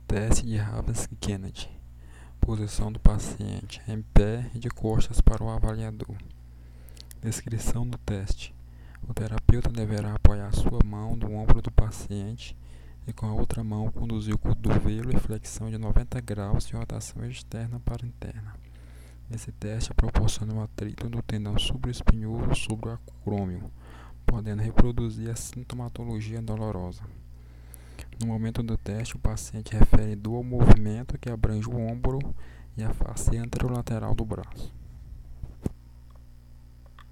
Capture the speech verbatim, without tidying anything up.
Teste de Rabinski-Kennedy. Posição do paciente: em pé e de costas para o avaliador. Descrição do teste: o terapeuta deverá apoiar sua mão no ombro do paciente e com a outra mão conduzir o cotovelo em flexão de noventa graus de rotação externa para interna. Esse teste proporciona o atrito do tendão supraespinhoso sobre o acrômio, podendo reproduzir a sintomatologia dolorosa. No momento do teste, o paciente refere dor ao movimento que abrange o ombro e a face anterolateral do braço.